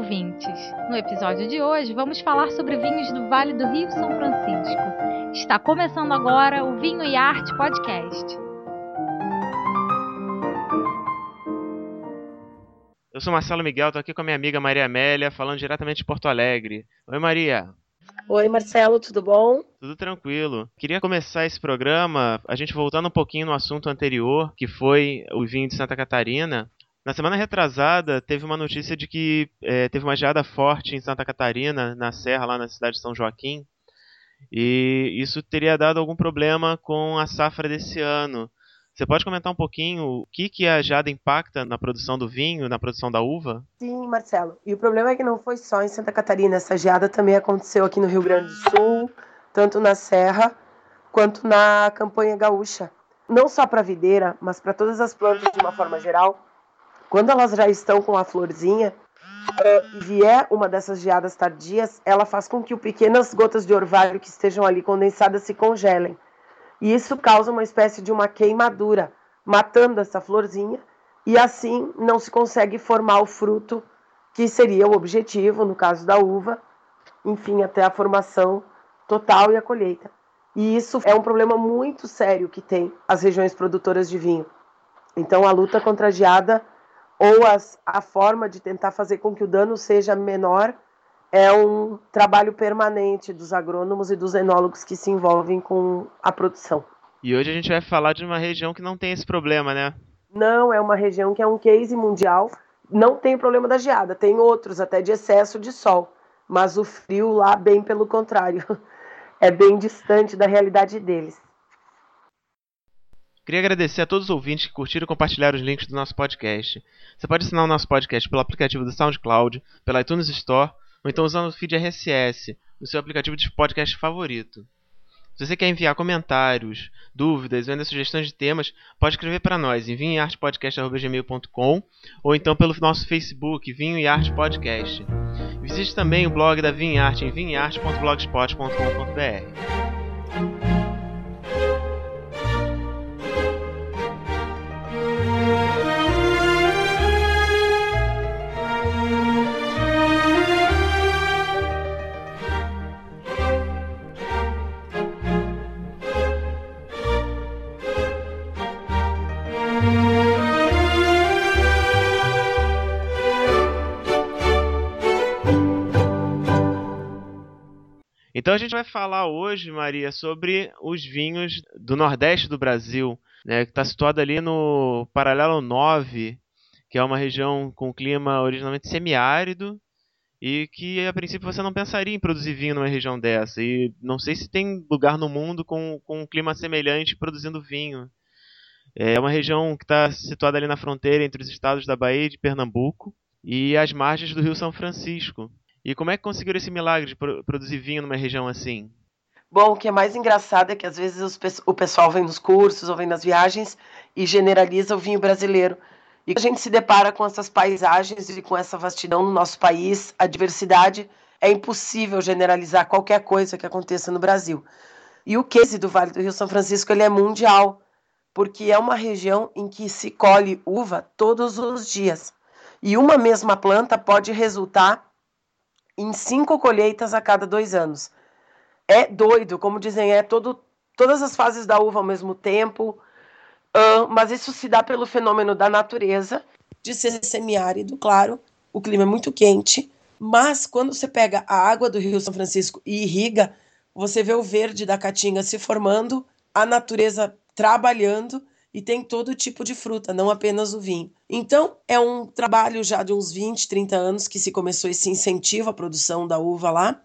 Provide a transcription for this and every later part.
ouvintes! No episódio de hoje vamos falar sobre vinhos do Vale do Rio São Francisco. Está começando agora o Vinho e Arte Podcast. Eu sou Marcelo Miguel, estou aqui com a minha amiga Maria Amélia, falando diretamente de Porto Alegre. Oi, Maria. Oi, Marcelo, tudo bom? Tudo tranquilo. Queria começar esse programa, a gente voltando um pouquinho no assunto anterior, que foi o vinho de Santa Catarina. Na semana retrasada, teve uma notícia de que teve uma geada forte em Santa Catarina, na serra, lá na cidade de São Joaquim, e isso teria dado algum problema com a safra desse ano. Você pode comentar um pouquinho o que a geada impacta na produção do vinho, na produção da uva? Sim, Marcelo. E o problema é que não foi só em Santa Catarina. Essa geada também aconteceu aqui no Rio Grande do Sul, tanto na Serra quanto na Campanha Gaúcha. Não só para a videira, mas para todas as plantas de uma forma geral. Quando elas já estão com a florzinha e vier uma dessas geadas tardias, ela faz com que pequenas gotas de orvalho que estejam ali condensadas se congelem. E isso causa uma espécie de uma queimadura, matando essa florzinha, e assim não se consegue formar o fruto, que seria o objetivo, no caso da uva, enfim, até a formação total e a colheita. E isso é um problema muito sério que tem as regiões produtoras de vinho. Então a luta contra a geada, ou a forma de tentar fazer com que o dano seja menor, é um trabalho permanente dos agrônomos e dos enólogos que se envolvem com a produção. E hoje a gente vai falar de uma região que não tem esse problema, né? Não, é uma região que é um case mundial. Não tem o problema da geada, tem outros até de excesso de sol. Mas o frio lá, bem pelo contrário, é bem distante da realidade deles. Queria agradecer a todos os ouvintes que curtiram e compartilharam os links do nosso podcast. Você pode assinar o nosso podcast pelo aplicativo do SoundCloud, pela iTunes Store, ou então usando o feed RSS, no seu aplicativo de podcast favorito. Se você quer enviar comentários, dúvidas ou ainda sugestões de temas, pode escrever para nós em vinhoeartepodcast@gmail.com ou então pelo nosso Facebook, Vinho e Arte Podcast. Visite também o blog da Vinho e Arte em vinhoarte.blogspot.com.br. Então a gente vai falar hoje, Maria, sobre os vinhos do Nordeste do Brasil, né, que está situado ali no paralelo 9, que é uma região com clima originalmente semiárido e que a princípio você não pensaria em produzir vinho numa região dessa. E não sei se tem lugar no mundo com um clima semelhante produzindo vinho. É uma região que está situada ali na fronteira entre os estados da Bahia e de Pernambuco e as margens do Rio São Francisco. E como é que conseguiram esse milagre de produzir vinho numa região assim? Bom, o que é mais engraçado é que às vezes o pessoal vem nos cursos ou vem nas viagens e generaliza o vinho brasileiro. E a gente se depara com essas paisagens e com essa vastidão no nosso país, a diversidade, é impossível generalizar qualquer coisa que aconteça no Brasil. E o case do Vale do Rio São Francisco ele é mundial, porque é uma região em que se colhe uva todos os dias. E uma mesma planta pode resultar em 5 colheitas a cada 2 anos. É doido, como dizem, todas as fases da uva ao mesmo tempo, mas isso se dá pelo fenômeno da natureza, de ser semiárido, claro, o clima é muito quente, mas quando você pega a água do Rio São Francisco e irriga, você vê o verde da caatinga se formando, a natureza trabalhando, e tem todo tipo de fruta, não apenas o vinho. Então, é um trabalho já de uns 20, 30 anos que se começou esse incentivo à produção da uva lá.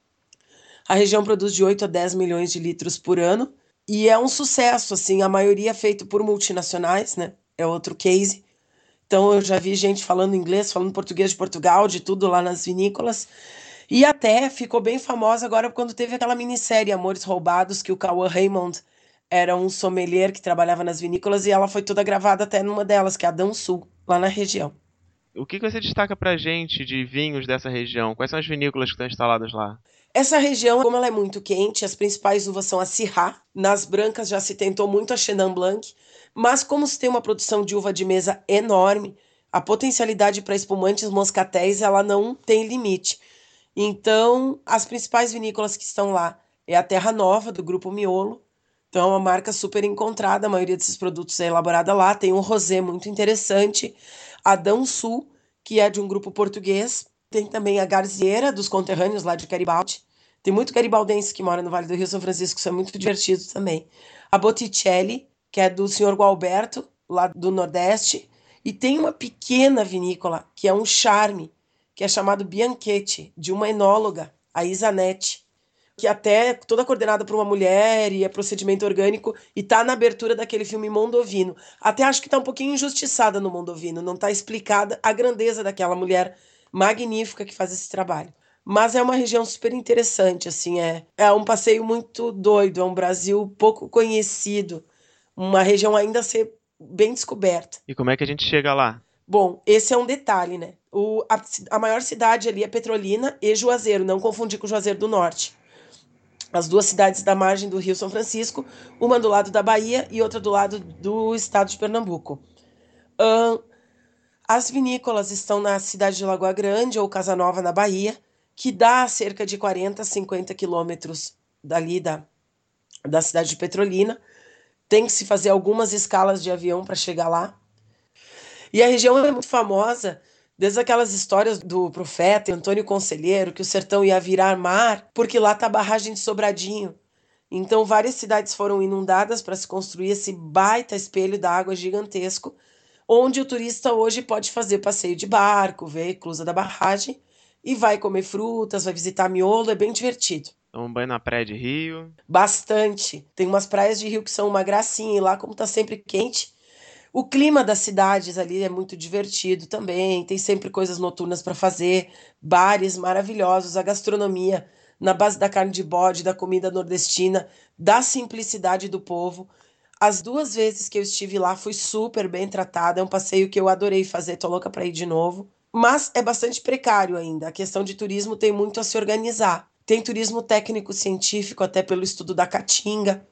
A região produz de 8 a 10 milhões de litros por ano e é um sucesso, assim, a maioria é feito por multinacionais, né? É outro case. Então, eu já vi gente falando inglês, falando português de Portugal, de tudo lá nas vinícolas. E até ficou bem famosa agora quando teve aquela minissérie Amores Roubados, que o Cauã Raymond era um sommelier que trabalhava nas vinícolas e ela foi toda gravada até numa delas, que é a Dão Sul, lá na região. O que você destaca pra gente de vinhos dessa região? Quais são as vinícolas que estão instaladas lá? Essa região, como ela é muito quente, as principais uvas são a Syrah. Nas brancas já se tentou muito a Chenin Blanc, mas como se tem uma produção de uva de mesa enorme, A potencialidade para espumantes moscatéis, ela não tem limite. Então, as principais vinícolas que estão lá é a Terra Nova, do Grupo Miolo. Então, é uma marca super encontrada, a maioria desses produtos é elaborada lá. Tem um rosé muito interessante, a Dão Sul, que é de um grupo português. Tem também a Garzeira, dos conterrâneos lá de Garibaldi. Tem muito garibaldense que mora no Vale do Rio São Francisco, isso é muito divertido também. A Botticelli, que é do senhor Gualberto, lá do Nordeste. E tem uma pequena vinícola, que é um charme, que é chamado Bianchetti, de uma enóloga, a Isanete, que até toda coordenada por uma mulher e é procedimento orgânico e tá na abertura daquele filme Mondovino. Até acho que tá um pouquinho injustiçada no Mondovino, não tá explicada a grandeza daquela mulher magnífica que faz esse trabalho. Mas é uma região super interessante, assim, é um passeio muito doido, é um Brasil pouco conhecido, uma região ainda a ser bem descoberta. E como é que a gente chega lá? Bom, esse é um detalhe, né? A maior cidade ali é Petrolina e Juazeiro, não confundir com Juazeiro do Norte. As duas cidades da margem do Rio São Francisco, uma do lado da Bahia e outra do lado do estado de Pernambuco. As vinícolas estão na cidade de Lagoa Grande ou Casanova, na Bahia, que dá cerca de 40, 50 quilômetros dali da cidade de Petrolina. Tem que se fazer algumas escalas de avião para chegar lá. E a região é muito famosa, desde aquelas histórias do profeta Antônio Conselheiro, que o sertão ia virar mar, porque lá está a barragem de Sobradinho. Então, várias cidades foram inundadas para se construir esse baita espelho d'água gigantesco, onde o turista hoje pode fazer passeio de barco, ver a eclusa da barragem, e vai comer frutas, vai visitar miolo, é bem divertido. Toma um banho na praia de Rio. Bastante. Tem umas praias de Rio que são uma gracinha, e lá, como está sempre quente, o clima das cidades ali é muito divertido também, tem sempre coisas noturnas para fazer, bares maravilhosos, a gastronomia na base da carne de bode, da comida nordestina, da simplicidade do povo. As 2 vezes que eu estive lá fui super bem tratada, é um passeio que eu adorei fazer, tô louca para ir de novo. Mas é bastante precário ainda, a questão de turismo tem muito a se organizar. Tem turismo técnico-científico, até pelo estudo da caatinga.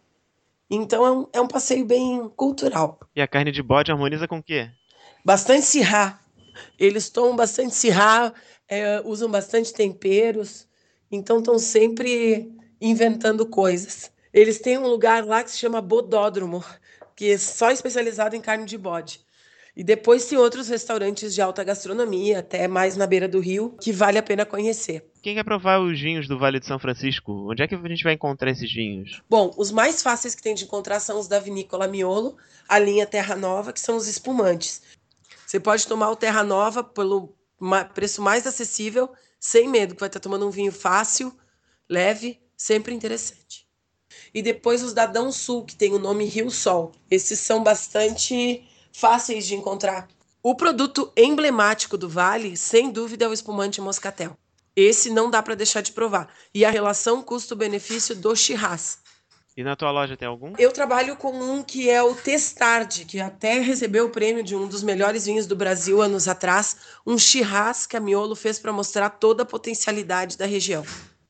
Então é um passeio bem cultural. E a carne de bode harmoniza com o quê? Bastante cirrá. Eles tomam bastante cirrá, usam bastante temperos, então estão sempre inventando coisas. Eles têm um lugar lá que se chama Bodódromo, que é só especializado em carne de bode. E depois tem outros restaurantes de alta gastronomia, até mais na beira do rio, que vale a pena conhecer. Quem quer provar os vinhos do Vale de São Francisco? Onde é que a gente vai encontrar esses vinhos? Bom, os mais fáceis que tem de encontrar são os da Vinícola Miolo, a linha Terra Nova, que são os espumantes. Você pode tomar o Terra Nova pelo preço mais acessível, sem medo, que vai estar tomando um vinho fácil, leve, sempre interessante. E depois os da Dão Sul, que tem o nome Rio Sol. Esses são bastante fáceis de encontrar. O produto emblemático do Vale, sem dúvida, é o espumante Moscatel. Esse não dá para deixar de provar. E a relação custo-benefício do Shiraz. E na tua loja tem algum? Eu trabalho com um que é o Testarde, que até recebeu o prêmio de um dos melhores vinhos do Brasil anos atrás, um Shiraz que a Miolo fez para mostrar toda a potencialidade da região.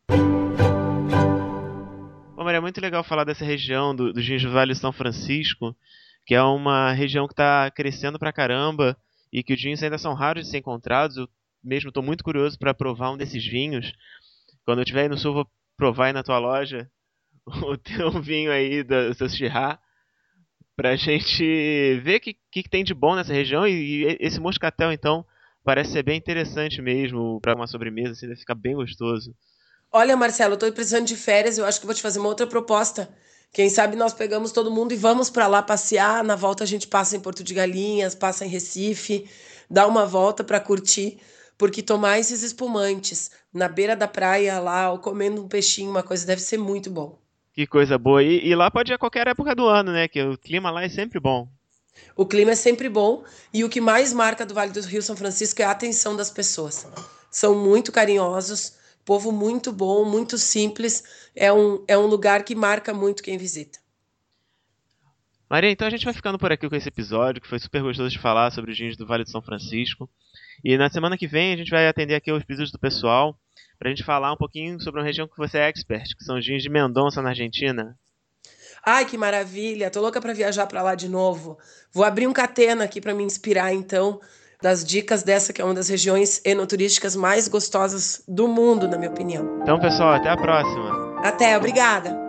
Bom, Maria, é muito legal falar dessa região dos vinhos do Vale de São Francisco, que é uma região que está crescendo pra caramba e que os vinhos ainda são raros de ser encontrados. Eu mesmo estou muito curioso para provar um desses vinhos. Quando eu estiver aí no sul, vou provar aí na tua loja o teu vinho aí, do seu Shiraz, pra gente ver o que tem de bom nessa região. E esse moscatel, então, parece ser bem interessante mesmo para uma sobremesa, assim, deve ficar bem gostoso. Olha, Marcelo, eu tô precisando de férias, eu acho que vou te fazer uma outra proposta. Quem sabe nós pegamos todo mundo e vamos para lá passear. Na volta a gente passa em Porto de Galinhas, passa em Recife, dá uma volta para curtir, porque tomar esses espumantes na beira da praia lá, ou comendo um peixinho, uma coisa deve ser muito bom. Que coisa boa. E lá pode ir a qualquer época do ano, né? Que o clima lá é sempre bom. O clima é sempre bom e o que mais marca do Vale do Rio São Francisco é a atenção das pessoas. São muito carinhosos, povo muito bom, muito simples. É um lugar que marca muito quem visita. Maria, então a gente vai ficando por aqui com esse episódio, que foi super gostoso de falar sobre os vinhos do Vale de São Francisco. E na semana que vem a gente vai atender aqui os pedidos do pessoal pra gente falar um pouquinho sobre uma região que você é expert, que são os vinhos de Mendonça, na Argentina. Ai, que maravilha! Tô louca para viajar para lá de novo. Vou abrir um catena aqui para me inspirar, então. das dicas dessa que é uma das regiões enoturísticas mais gostosas do mundo, na minha opinião. Então, pessoal, até a próxima. Até, obrigada!